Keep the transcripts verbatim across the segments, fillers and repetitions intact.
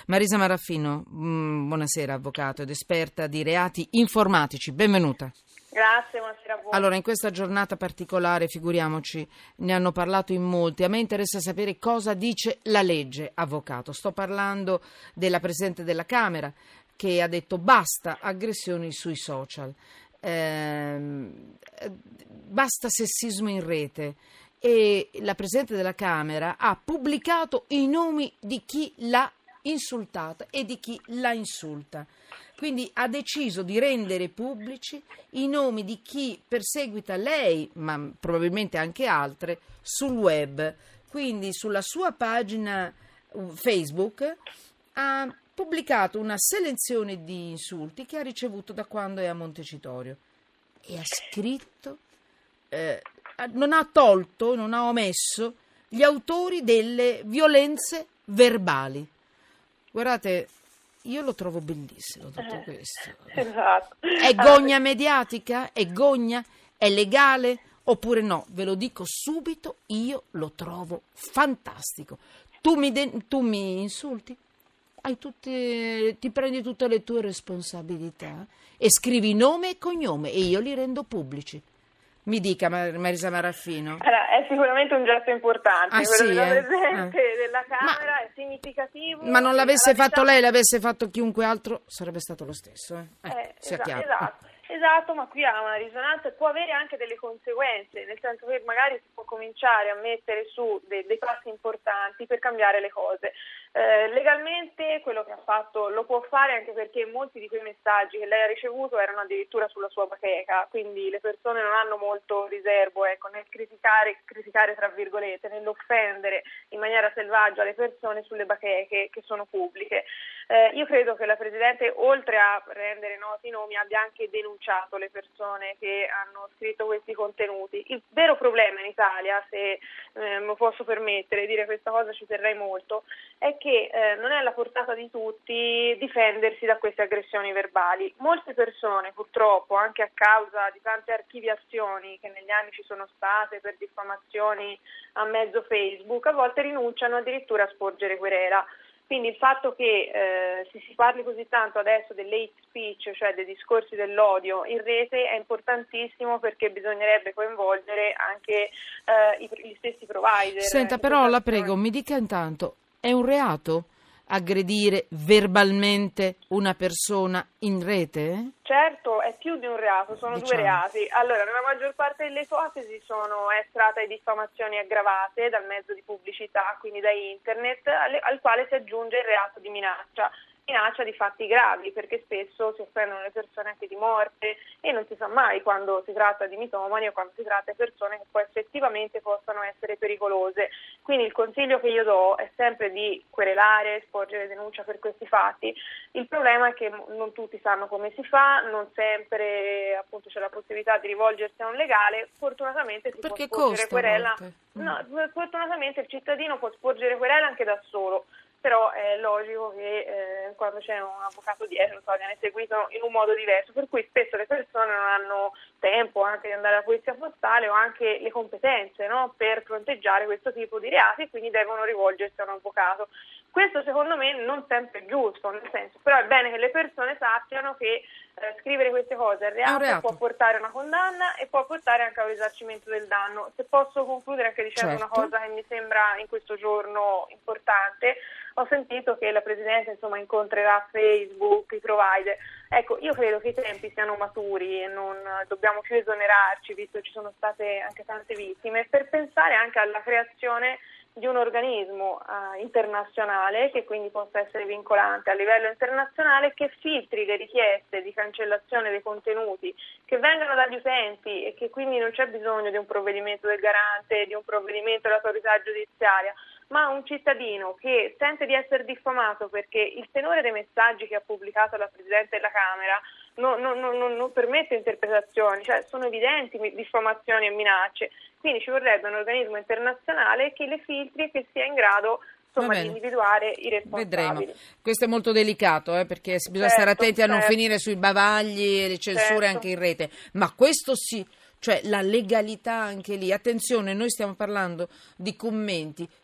Marisa Maraffino, mh, buonasera, avvocato ed esperta di reati informatici, benvenuta. Grazie, buonasera a voi. Allora, in questa giornata particolare, figuriamoci, ne hanno parlato in molti. A me interessa sapere cosa dice la legge, avvocato. Sto parlando della Presidente della Camera che ha detto basta aggressioni sui social, ehm, basta sessismo in rete. E la Presidente della Camera ha pubblicato i nomi di chi l'ha insultata e di chi la insulta. Quindi ha deciso di rendere pubblici i nomi di chi perseguita lei, ma probabilmente anche altre, sul web. Quindi sulla sua pagina Facebook ha pubblicato una selezione di insulti che ha ricevuto da quando è a Montecitorio e ha scritto, eh, non ha tolto, non ha omesso gli autori delle violenze verbali. Guardate, io lo trovo bellissimo tutto questo. Esatto. È gogna mediatica? È gogna? È legale? Oppure no? Ve lo dico subito, io lo trovo fantastico. Tu mi, de- tu mi insulti? Hai tutte, ti prendi tutte le tue responsabilità e scrivi nome e cognome e io li rendo pubblici. Mi dica, Marisa Maraffino. Allora, è sicuramente un gesto importante, ah, quello sì, della eh? Presidente eh. della Camera, ma, è significativo. Ma non l'avesse diciamo... fatto lei, l'avesse fatto chiunque altro, sarebbe stato lo stesso. Eh? Eh, eh, sia esatto, chiaro. esatto. Esatto, ma qui ha una risonanza e può avere anche delle conseguenze, nel senso che magari si può cominciare a mettere su dei, dei passi importanti per cambiare le cose. Eh, legalmente quello che ha fatto lo può fare anche perché molti di quei messaggi che lei ha ricevuto erano addirittura sulla sua bacheca, quindi le persone non hanno molto riservo ecco, nel criticare, criticare tra virgolette, nell'offendere in maniera selvaggia le persone sulle bacheche che sono pubbliche. Eh, io credo che la Presidente, oltre a rendere noti i nomi, abbia anche denunciato le persone che hanno scritto questi contenuti. Il vero problema in Italia, se eh, mi posso permettere di dire questa cosa, ci terrei molto, è che eh, non è alla portata di tutti difendersi da queste aggressioni verbali. Molte persone, purtroppo, anche a causa di tante archiviazioni che negli anni ci sono state per diffamazioni a mezzo Facebook, a volte rinunciano addirittura a sporgere querela. Quindi il fatto che eh, si, si parli così tanto adesso dell'hate speech, cioè dei discorsi dell'odio in rete, è importantissimo perché bisognerebbe coinvolgere anche eh, i, gli stessi provider. Senta, però la prego, mi dica intanto, è un reato aggredire verbalmente una persona in rete? Certo, è più di un reato, sono diciamo. due reati. Allora, nella maggior parte delle ipotesi sono è tratta di diffamazioni aggravate dal mezzo di pubblicità, quindi da internet, alle, al quale si aggiunge il reato di minaccia. minaccia di fatti gravi, perché spesso si offendono le persone anche di morte e non si sa mai quando si tratta di mitomani o quando si tratta di persone che poi effettivamente possano essere pericolose. Quindi il consiglio che io do è sempre di querelare, sporgere denuncia per questi fatti. Il problema è che non tutti sanno come si fa, non sempre appunto c'è la possibilità di rivolgersi a un legale. Fortunatamente si perché può sporgere costa querela. Mm. No, fortunatamente il cittadino può sporgere querela anche da solo. Però è logico che eh, quando c'è un avvocato dietro so, viene seguito in un modo diverso, per cui spesso le persone non hanno tempo anche di andare alla polizia postale o anche le competenze no, per fronteggiare questo tipo di reati e quindi devono rivolgersi a un avvocato. Questo secondo me non sempre è giusto, nel senso, però è bene che le persone sappiano che eh, scrivere queste cose è reato, reato, può portare a una condanna e può portare anche a un risarcimento del danno. Se posso concludere anche dicendo certo. una cosa che mi sembra in questo giorno importante, ho sentito che la Presidente insomma incontrerà Facebook, i provider. Ecco, io credo che i tempi siano maturi e non dobbiamo più esonerarci, visto che ci sono state anche tante vittime, per pensare anche alla creazione di un organismo uh, internazionale che quindi possa essere vincolante a livello internazionale, che filtri le richieste di cancellazione dei contenuti che vengano dagli utenti e che quindi non c'è bisogno di un provvedimento del garante, di un provvedimento dell'autorità giudiziaria, ma un cittadino che sente di essere diffamato perché il tenore dei messaggi che ha pubblicato la Presidente della Camera non, non, non, non permette interpretazioni, cioè sono evidenti diffamazioni e minacce, quindi ci vorrebbe un organismo internazionale che le filtri e che sia in grado insomma, di individuare i responsabili. Vedremo. Questo è molto delicato eh, perché bisogna certo, stare attenti a non certo. finire sui bavagli e le censure certo. anche in rete, ma questo sì. Cioè la legalità anche lì, attenzione, noi stiamo parlando di commenti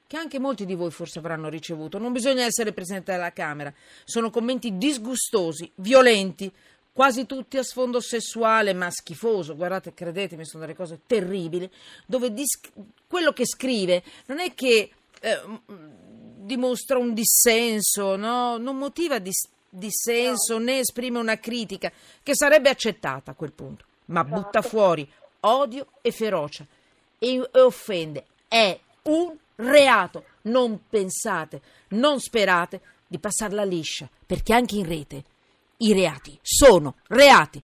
che anche molti di voi forse avranno ricevuto. Non bisogna essere presente alla Camera. Sono commenti disgustosi, violenti, quasi tutti a sfondo sessuale, ma schifoso. Guardate, credetemi, sono delle cose terribili, dove dis- quello che scrive non è che eh, dimostra un dissenso, no? Non motiva dis- dissenso, né esprime una critica, che sarebbe accettata a quel punto, ma butta fuori odio e ferocia e, e offende. È un reato. Non pensate, non sperate di passarla liscia, perché anche in rete i reati sono reati.